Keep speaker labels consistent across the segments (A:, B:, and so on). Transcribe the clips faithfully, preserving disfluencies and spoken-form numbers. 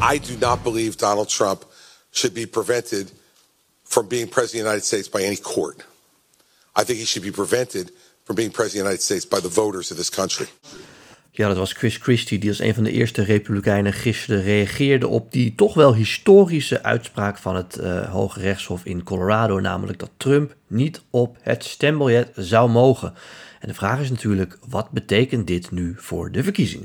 A: I do not believe Donald Trump should be prevented from being president of the United States by any court. I think he should be prevented from being president of the United States by the voters of this country.
B: Ja, dat was Chris Christie, die als een van de eerste Republikeinen gisteren reageerde op die toch wel historische uitspraak van het uh, Hoge Rechtshof in Colorado, namelijk dat Trump niet op het stembiljet zou mogen. En de vraag is natuurlijk, wat betekent dit nu voor de verkiezingen?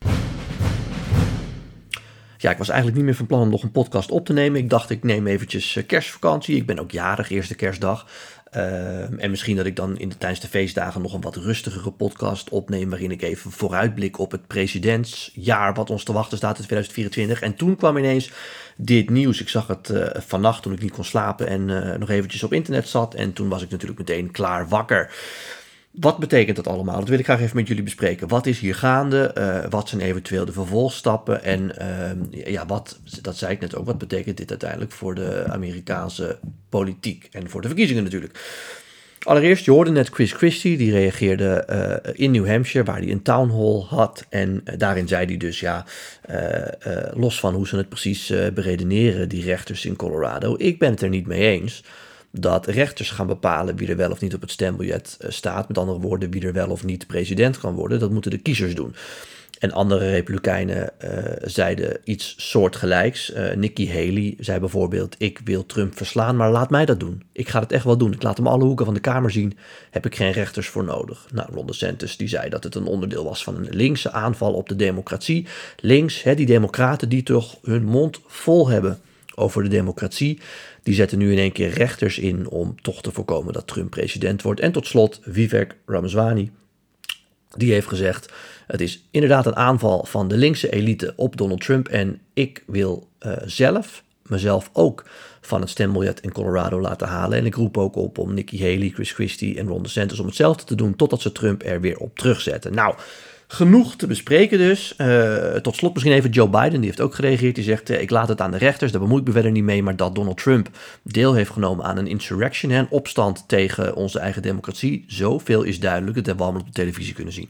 B: Ja, ik was eigenlijk niet meer van plan om nog een podcast op te nemen. Ik dacht, ik neem eventjes kerstvakantie. Ik ben ook jarig, eerste kerstdag. Uh, en misschien dat ik dan in de, tijdens de feestdagen nog een wat rustigere podcast opneem, waarin ik even vooruitblik op het presidentsjaar wat ons te wachten staat in tweeduizend vierentwintig. En toen kwam ineens dit nieuws. Ik zag het uh, vannacht toen ik niet kon slapen en uh, nog eventjes op internet zat. En toen was ik natuurlijk meteen klaar wakker. Wat betekent dat allemaal? Dat wil ik graag even met jullie bespreken. Wat is hier gaande? Uh, wat zijn eventueel de vervolgstappen? En uh, ja, wat, dat zei ik net ook, wat betekent dit uiteindelijk voor de Amerikaanse politiek en voor de verkiezingen natuurlijk? Allereerst, je hoorde net Chris Christie, die reageerde uh, in New Hampshire, waar hij een town hall had. En uh, daarin zei hij dus, ja, uh, uh, los van hoe ze het precies uh, beredeneren, die rechters in Colorado, ik ben het er niet mee eens dat rechters gaan bepalen wie er wel of niet op het stembiljet staat. Met andere woorden, wie er wel of niet president kan worden. Dat moeten de kiezers doen. En andere republikeinen uh, zeiden iets soortgelijks. Uh, Nikki Haley zei bijvoorbeeld, ik wil Trump verslaan, maar laat mij dat doen. Ik ga het echt wel doen. Ik laat hem alle hoeken van de Kamer zien. Heb ik geen rechters voor nodig. Nou, Ron DeSantis die zei dat het een onderdeel was van een linkse aanval op de democratie. Links, hè, die democraten die toch hun mond vol hebben over de democratie, die zetten nu in één keer rechters in om toch te voorkomen dat Trump president wordt. En tot slot, Vivek Ramaswamy, die heeft gezegd, het is inderdaad een aanval van de linkse elite op Donald Trump en ik wil uh, zelf mezelf ook van het stembiljet in Colorado laten halen. En ik roep ook op om Nikki Haley, Chris Christie en Ron DeSantis om hetzelfde te doen totdat ze Trump er weer op terugzetten. Nou, genoeg te bespreken dus. Uh, tot slot misschien even Joe Biden, die heeft ook gereageerd. Die zegt, uh, ik laat het aan de rechters, daar bemoei ik me verder niet mee, maar dat Donald Trump deel heeft genomen aan een insurrection, een opstand tegen onze eigen democratie, zoveel is duidelijk. Dat hebben we allemaal op de televisie kunnen zien.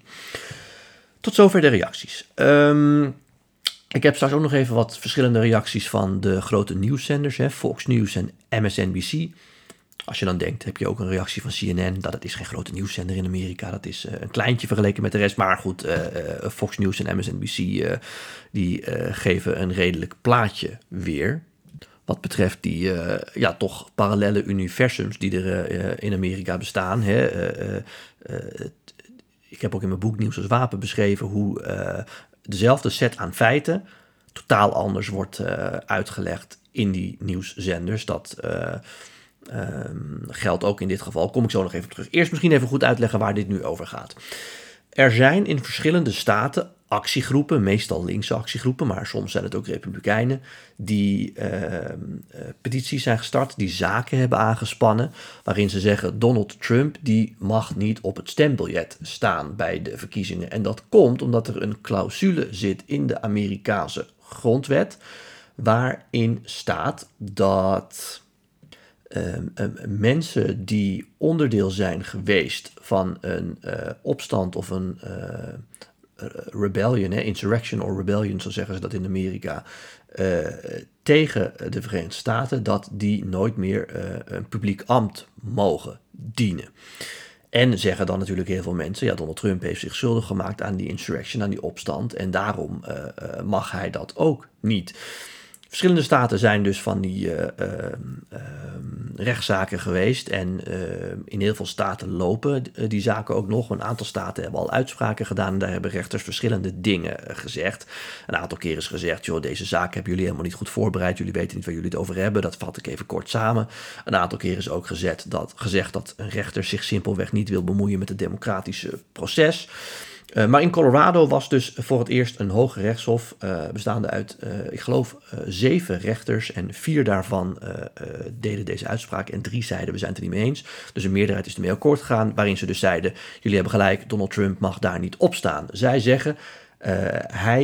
B: Tot zover de reacties. Um, ik heb straks ook nog even wat verschillende reacties van de grote nieuwszenders, hè, Fox News en M S N B C. Als je dan denkt, heb je ook een reactie van C N N. Dat het is geen grote nieuwszender in Amerika. Dat is uh, een kleintje vergeleken met de rest. Maar goed, uh, uh, Fox News en M S N B C uh, die uh, geven een redelijk plaatje weer. Wat betreft die uh, ja, toch parallele universums die er uh, in Amerika bestaan. Hè. Uh, uh, uh, ik heb ook in mijn boek Nieuws als Wapen beschreven hoe uh, dezelfde set aan feiten totaal anders wordt uh, uitgelegd in die nieuwszenders. Dat Uh, Um, geldt ook in dit geval. Kom ik zo nog even terug. Eerst misschien even goed uitleggen waar dit nu over gaat. Er zijn in verschillende staten actiegroepen, meestal linkse actiegroepen, maar soms zijn het ook republikeinen, die uh, uh, petities zijn gestart, die zaken hebben aangespannen, waarin ze zeggen Donald Trump die mag niet op het stembiljet staan bij de verkiezingen. En dat komt omdat er een clausule zit in de Amerikaanse grondwet, waarin staat dat Um, um, mensen die onderdeel zijn geweest van een uh, opstand of een uh, uh, rebellion, hè, insurrection or rebellion, zo zeggen ze dat in Amerika, uh, tegen de Verenigde Staten, dat die nooit meer uh, een publiek ambt mogen dienen. En zeggen dan natuurlijk heel veel mensen, ja, Donald Trump heeft zich schuldig gemaakt aan die insurrection, aan die opstand, en daarom uh, uh, mag hij dat ook niet. Verschillende staten zijn dus van die uh, uh, uh, rechtszaken geweest en uh, in heel veel staten lopen die zaken ook nog. Een aantal staten hebben al uitspraken gedaan en daar hebben rechters verschillende dingen gezegd. Een aantal keer is gezegd, joh, deze zaken hebben jullie helemaal niet goed voorbereid, jullie weten niet waar jullie het over hebben, dat vat ik even kort samen. Een aantal keer is ook gezegd dat, gezegd dat een rechter zich simpelweg niet wil bemoeien met het democratische proces. Uh, maar in Colorado was dus voor het eerst een hoge rechtshof, uh, bestaande uit, uh, ik geloof, uh, zeven rechters. En vier daarvan uh, uh, deden deze uitspraak en drie zeiden, we zijn het er niet mee eens. Dus een meerderheid is ermee akkoord gegaan, waarin ze dus zeiden, jullie hebben gelijk, Donald Trump mag daar niet op staan. Zij zeggen, uh, hij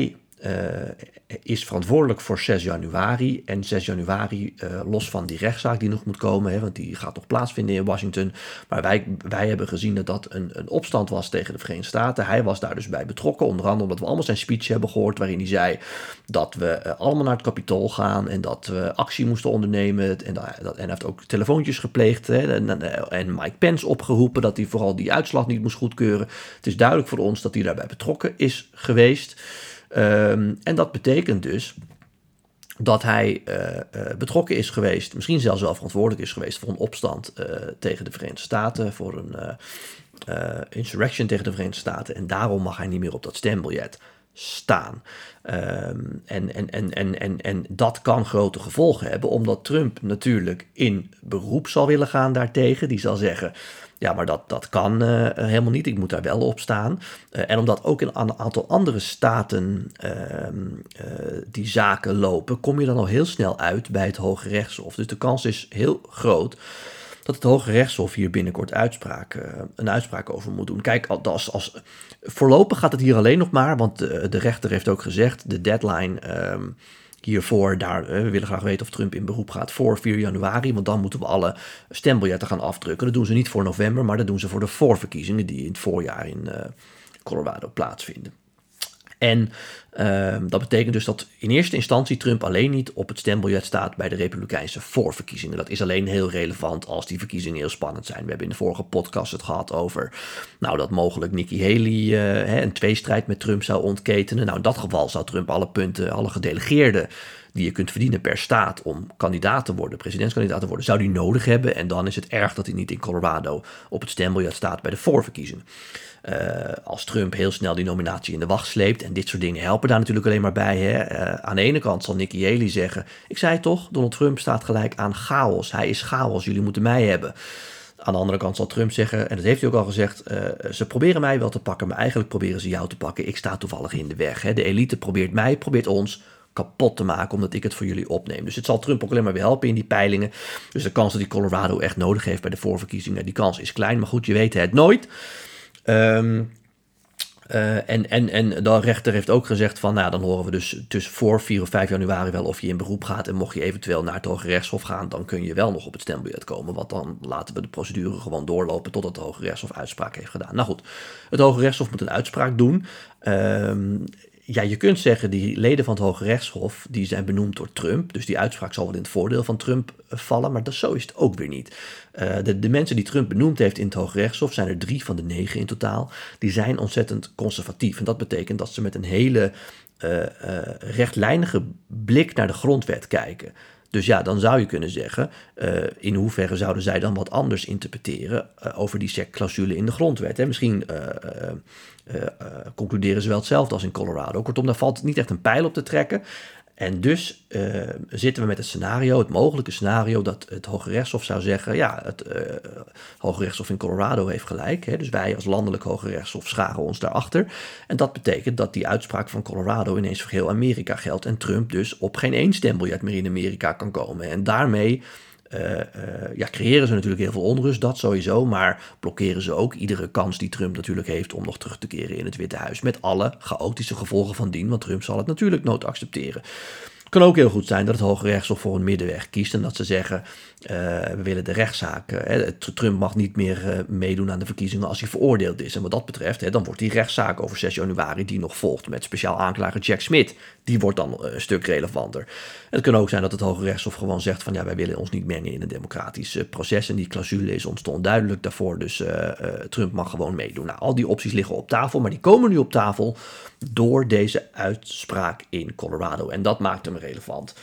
B: uh, is verantwoordelijk voor zes januari. En zes januari, uh, los van die rechtszaak die nog moet komen, hè, want die gaat nog plaatsvinden in Washington. Maar wij, wij hebben gezien dat dat een, een opstand was tegen de Verenigde Staten. Hij was daar dus bij betrokken, onder andere omdat we allemaal zijn speech hebben gehoord, waarin hij zei dat we uh, allemaal naar het Capitool gaan en dat we actie moesten ondernemen. En, dat, en hij heeft ook telefoontjes gepleegd, hè, en, en Mike Pence opgeroepen dat hij vooral die uitslag niet moest goedkeuren. Het is duidelijk voor ons dat hij daarbij betrokken is geweest. Um, en dat betekent dus dat hij uh, uh, betrokken is geweest, misschien zelfs wel verantwoordelijk is geweest voor een opstand uh, tegen de Verenigde Staten, voor een uh, uh, insurrection tegen de Verenigde Staten. En daarom mag hij niet meer op dat stembiljet staan. Um, en, en, en, en, en, en dat kan grote gevolgen hebben, omdat Trump natuurlijk in beroep zal willen gaan daartegen. Die zal zeggen, ja, maar dat, dat kan uh, helemaal niet, ik moet daar wel op staan. Uh, en omdat ook in een aantal andere staten uh, uh, die zaken lopen, kom je dan al heel snel uit bij het Hoge Rechtshof. Dus de kans is heel groot dat het Hoge Rechtshof hier binnenkort uitspraak, uh, een uitspraak over moet doen. Kijk, als, als, voorlopig gaat het hier alleen nog maar, want de, de rechter heeft ook gezegd, de deadline um, hiervoor, daar, uh, we willen graag weten of Trump in beroep gaat voor vier januari, want dan moeten we alle stembiljetten gaan afdrukken. Dat doen ze niet voor november, maar dat doen ze voor de voorverkiezingen die in het voorjaar in uh, Colorado plaatsvinden. En uh, dat betekent dus dat in eerste instantie Trump alleen niet op het stembiljet staat bij de Republikeinse voorverkiezingen. Dat is alleen heel relevant als die verkiezingen heel spannend zijn. We hebben in de vorige podcast het gehad over nou, dat mogelijk Nikki Haley uh, een tweestrijd met Trump zou ontketenen. Nou, in dat geval zou Trump alle punten, alle gedelegeerden die je kunt verdienen per staat om kandidaat te worden, presidentskandidaat te worden, zou die nodig hebben. En dan is het erg dat hij niet in Colorado op het stembiljet staat bij de voorverkiezingen. Uh, als Trump heel snel die nominatie in de wacht sleept, en dit soort dingen helpen daar natuurlijk alleen maar bij. Hè? Uh, aan de ene kant zal Nikki Haley zeggen, ik zei toch, Donald Trump staat gelijk aan chaos. Hij is chaos, jullie moeten mij hebben. Aan de andere kant zal Trump zeggen, en dat heeft hij ook al gezegd, uh, ze proberen mij wel te pakken, maar eigenlijk proberen ze jou te pakken. Ik sta toevallig in de weg. Hè? De elite probeert mij, probeert ons kapot te maken, omdat ik het voor jullie opneem. Dus het zal Trump ook alleen maar weer helpen in die peilingen. Dus de kans dat hij Colorado echt nodig heeft bij de voorverkiezingen, die kans is klein. Maar goed, je weet het nooit. Um, uh, en, en, en de rechter heeft ook gezegd van, nou, dan horen we dus tussen voor vier of vijf januari wel of je in beroep gaat. En mocht je eventueel naar het Hoge Rechtshof gaan, dan kun je wel nog op het stembiljet komen. Want dan laten we de procedure gewoon doorlopen totdat het Hoge Rechtshof uitspraak heeft gedaan. Nou goed, het Hoge Rechtshof moet een uitspraak doen. Um, Ja, je kunt zeggen, die leden van het Hoge Rechtshof, die zijn benoemd door Trump. Dus die uitspraak zal wel in het voordeel van Trump vallen, maar dat, zo is het ook weer niet. Uh, de, de mensen die Trump benoemd heeft in het Hoge Rechtshof, zijn er drie van de negen in totaal, die zijn ontzettend conservatief. En dat betekent dat ze met een hele uh, uh, rechtlijnige blik naar de grondwet kijken. Dus ja, dan zou je kunnen zeggen, uh, in hoeverre zouden zij dan wat anders interpreteren uh, over die S E C-clausule in de grondwet. Hè? Misschien uh, uh, uh, uh, concluderen ze wel hetzelfde als in Colorado. Kortom, daar valt niet echt een pijl op te trekken. En dus uh, zitten we met het scenario, het mogelijke scenario, dat het Hoge Rechtshof zou zeggen, ja, het uh, Hoge Rechtshof in Colorado heeft gelijk. Hè, dus wij als landelijk Hoge Rechtshof scharen ons daarachter. En dat betekent dat die uitspraak van Colorado ineens voor heel Amerika geldt en Trump dus op geen één stembiljet meer in Amerika kan komen. En daarmee Uh, uh, ja, creëren ze natuurlijk heel veel onrust, dat sowieso, maar blokkeren ze ook iedere kans die Trump natuurlijk heeft om nog terug te keren in het Witte Huis, met alle chaotische gevolgen van dien, want Trump zal het natuurlijk nooit accepteren. Het kan ook heel goed zijn dat het Hoge Rechtshof voor een middenweg kiest en dat ze zeggen, uh, we willen de rechtszaak, uh, Trump mag niet meer uh, meedoen aan de verkiezingen als hij veroordeeld is. En wat dat betreft, hè, dan wordt die rechtszaak over zes januari die nog volgt met speciaal aanklager Jack Smith, die wordt dan uh, een stuk relevanter. En het kan ook zijn dat het Hoge Rechtshof gewoon zegt van ja, wij willen ons niet mengen in een democratisch uh, proces en die clausule is ons te onduidelijk daarvoor, dus uh, uh, Trump mag gewoon meedoen. Nou, al die opties liggen op tafel, maar die komen nu op tafel door deze uitspraak in Colorado en dat maakt hem relevant.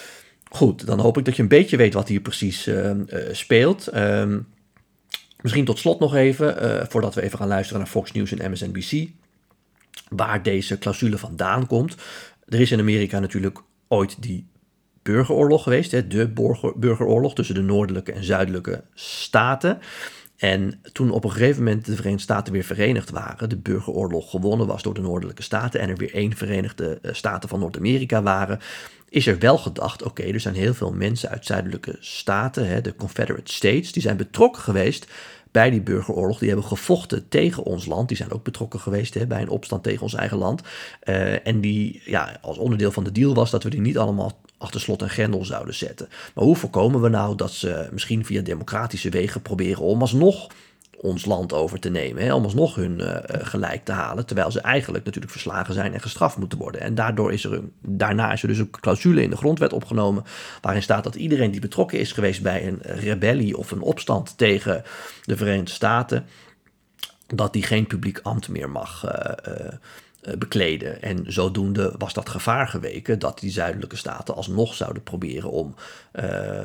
B: Goed, dan hoop ik dat je een beetje weet wat hier precies uh, uh, speelt. Um, misschien tot slot nog even, uh, voordat we even gaan luisteren naar Fox News en M S N B C, waar deze clausule vandaan komt. Er is in Amerika natuurlijk ooit die burgeroorlog geweest, hè, de burger, burgeroorlog tussen de noordelijke en zuidelijke staten. En toen op een gegeven moment de Verenigde Staten weer verenigd waren, de burgeroorlog gewonnen was door de noordelijke staten en er weer één Verenigde Staten van Noord-Amerika waren, is er wel gedacht, oké, okay, er zijn heel veel mensen uit zuidelijke staten, hè, de Confederate States, die zijn betrokken geweest bij die burgeroorlog. Die hebben gevochten tegen ons land. Die zijn ook betrokken geweest hè, bij een opstand tegen ons eigen land. Uh, en die ja, als onderdeel van de deal was dat we die niet allemaal achter slot en grendel zouden zetten. Maar hoe voorkomen we nou dat ze misschien via democratische wegen proberen om alsnog ons land over te nemen, hè, om alsnog hun uh, gelijk te halen, terwijl ze eigenlijk natuurlijk verslagen zijn en gestraft moeten worden. En daardoor is er een, daarna is er dus een clausule in de grondwet opgenomen waarin staat dat iedereen die betrokken is geweest bij een rebellie of een opstand tegen de Verenigde Staten, dat die geen publiek ambt meer mag uh, uh, bekleden. En zodoende was dat gevaar geweken dat die zuidelijke staten alsnog zouden proberen om uh,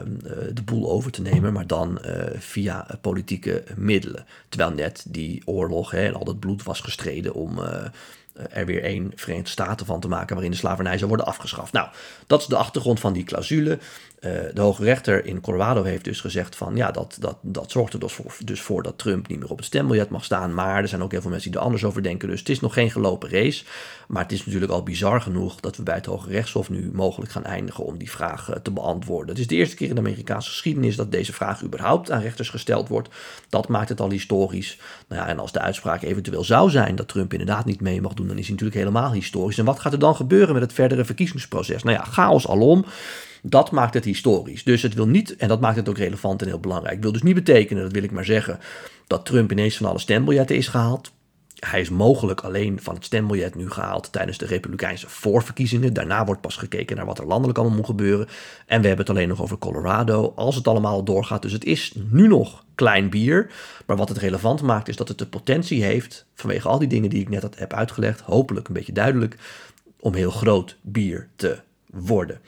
B: de boel over te nemen, maar dan uh, via politieke middelen. Terwijl net die oorlog hè, en al dat bloed was gestreden om uh, er weer één Verenigde Staten van te maken waarin de slavernij zou worden afgeschaft. Nou, dat is de achtergrond van die clausule. Uh, de hoge rechter in Colorado heeft dus gezegd van ja, dat, dat, dat zorgt er dus voor, dus voor dat Trump niet meer op het stembiljet mag staan. Maar er zijn ook heel veel mensen die er anders over denken. Dus het is nog geen gelopen race. Maar het is natuurlijk al bizar genoeg dat we bij het Hoge Rechtshof nu mogelijk gaan eindigen om die vraag uh, te beantwoorden. Het is de eerste keer in de Amerikaanse geschiedenis dat deze vraag überhaupt aan rechters gesteld wordt. Dat maakt het al historisch. Nou ja, en als de uitspraak eventueel zou zijn dat Trump inderdaad niet mee mag doen, dan is hij natuurlijk helemaal historisch. En wat gaat er dan gebeuren met het verdere verkiezingsproces? Nou ja, chaos alom. Dat maakt het historisch. Dus het wil niet, en dat maakt het ook relevant en heel belangrijk. Het wil dus niet betekenen, dat wil ik maar zeggen, dat Trump ineens van alle stembiljetten is gehaald. Hij is mogelijk alleen van het stembiljet nu gehaald tijdens de Republikeinse voorverkiezingen. Daarna wordt pas gekeken naar wat er landelijk allemaal moet gebeuren. En we hebben het alleen nog over Colorado, als het allemaal doorgaat. Dus het is nu nog klein bier. Maar wat het relevant maakt is dat het de potentie heeft, vanwege al die dingen die ik net heb uitgelegd, hopelijk een beetje duidelijk, om heel groot bier te worden.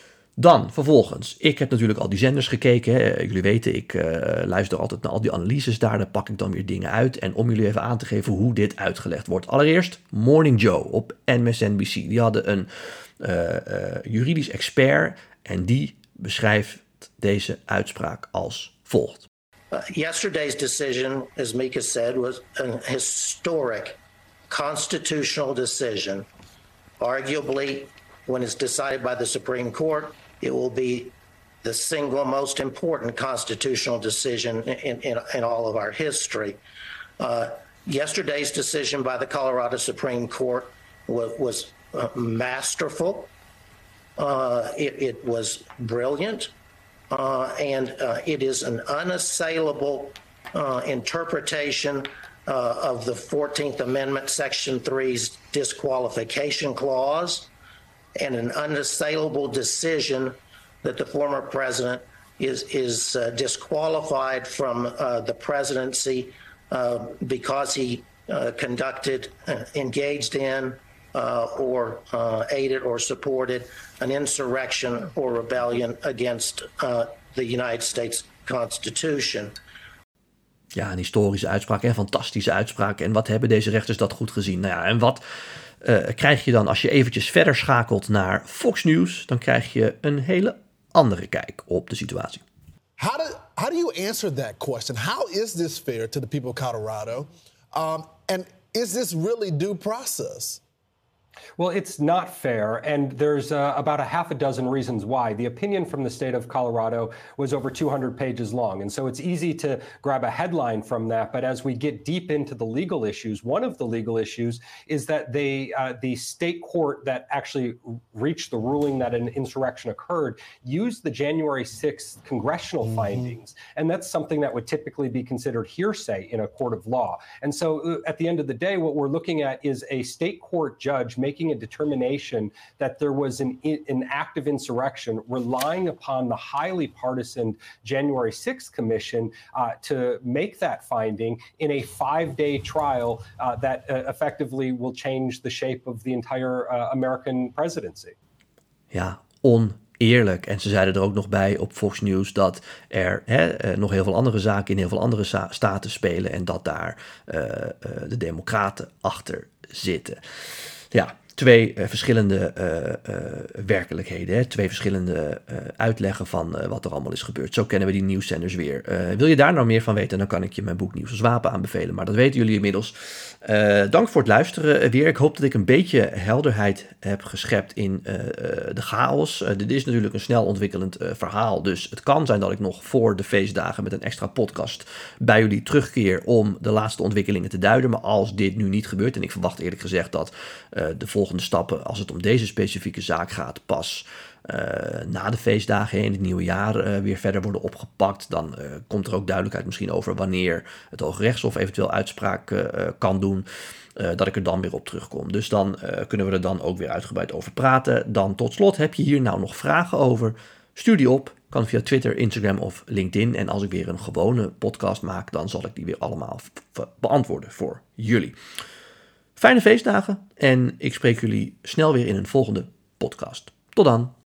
B: Dan vervolgens, ik heb natuurlijk al die zenders gekeken. Hè. Jullie weten, ik uh, luister altijd naar al die analyses daar. Daar pak ik dan weer dingen uit. En om jullie even aan te geven hoe dit uitgelegd wordt. Allereerst Morning Joe op M S N B C. Die hadden een uh, uh, juridisch expert en die beschrijft deze uitspraak als volgt.
C: Uh, yesterday's decision, as Mika said, was a historic constitutional decision. Arguably, when it's decided by the Supreme Court, it will be the single most important constitutional decision in, in, in all of our history. Uh, yesterday's decision by the Colorado Supreme Court was, was uh, masterful. Uh, it, it was brilliant. Uh, and uh, it is an unassailable uh, interpretation uh, of the fourteenth Amendment, Section three's disqualification clause, and an unassailable decision that the former president is, is uh, disqualified from uh, the presidency uh, because he uh, conducted, uh, engaged in, uh, or uh, aided or supported an insurrection or rebellion against uh, the United States Constitution.
B: Ja, een historische uitspraak, een fantastische uitspraak. En wat hebben deze rechters dat goed gezien? Nou ja, en wat uh, krijg je dan als je eventjes verder schakelt naar Fox News? Dan krijg je een hele andere kijk op de situatie.
D: How do, how do you answer that question? How is this fair to the people of Colorado? Um, and is this really due process?
E: Well, it's not fair, and there's uh, about a half a dozen reasons why. The opinion from the state of Colorado was over two hundred pages long, and so it's easy to grab a headline from that, but as we get deep into the legal issues, one of the legal issues is that they, uh, the state court that actually reached the ruling that an insurrection occurred used the January sixth congressional mm-hmm. findings, and that's something that would typically be considered hearsay in a court of law. And so uh, at the end of the day, what we're looking at is a state court judge making a determination that there was an, an act of insurrection, relying upon the highly partisan January sixth Commission uh, to make that finding in a five-day trial uh, that uh, effectively will change the shape of the entire uh, American presidency.
B: Ja, oneerlijk. En ze zeiden er ook nog bij op Fox News dat er hè, nog heel veel andere zaken in heel veel andere sa- staten spelen en dat daar uh, uh, de democraten achter zitten. Ja, twee uh, verschillende uh, uh, werkelijkheden. Hè? Twee verschillende uh, uitleggen van uh, wat er allemaal is gebeurd. Zo kennen we die nieuwszenders weer. Uh, wil je daar nou meer van weten, dan kan ik je mijn boek Nieuws als Wapen aanbevelen. Maar dat weten jullie inmiddels. Uh, dank voor het luisteren weer. Ik hoop dat ik een beetje helderheid heb geschept in uh, de chaos. Uh, dit is natuurlijk een snel ontwikkelend uh, verhaal. Dus het kan zijn dat ik nog voor de feestdagen met een extra podcast bij jullie terugkeer om de laatste ontwikkelingen te duiden. Maar als dit nu niet gebeurt, en ik verwacht eerlijk gezegd dat uh, de volgende stappen, als het om deze specifieke zaak gaat, pas Uh, na de feestdagen in het nieuwe jaar uh, weer verder worden opgepakt. Dan uh, komt er ook duidelijkheid misschien over wanneer het Hoge Rechtshof eventueel uitspraak uh, kan doen. Uh, dat ik er dan weer op terugkom. Dus dan uh, kunnen we er dan ook weer uitgebreid over praten. Dan tot slot, heb je hier nou nog vragen over? Stuur die op. Kan via Twitter, Instagram of LinkedIn. En als ik weer een gewone podcast maak, dan zal ik die weer allemaal v- beantwoorden voor jullie. Fijne feestdagen en ik spreek jullie snel weer in een volgende podcast. Tot dan.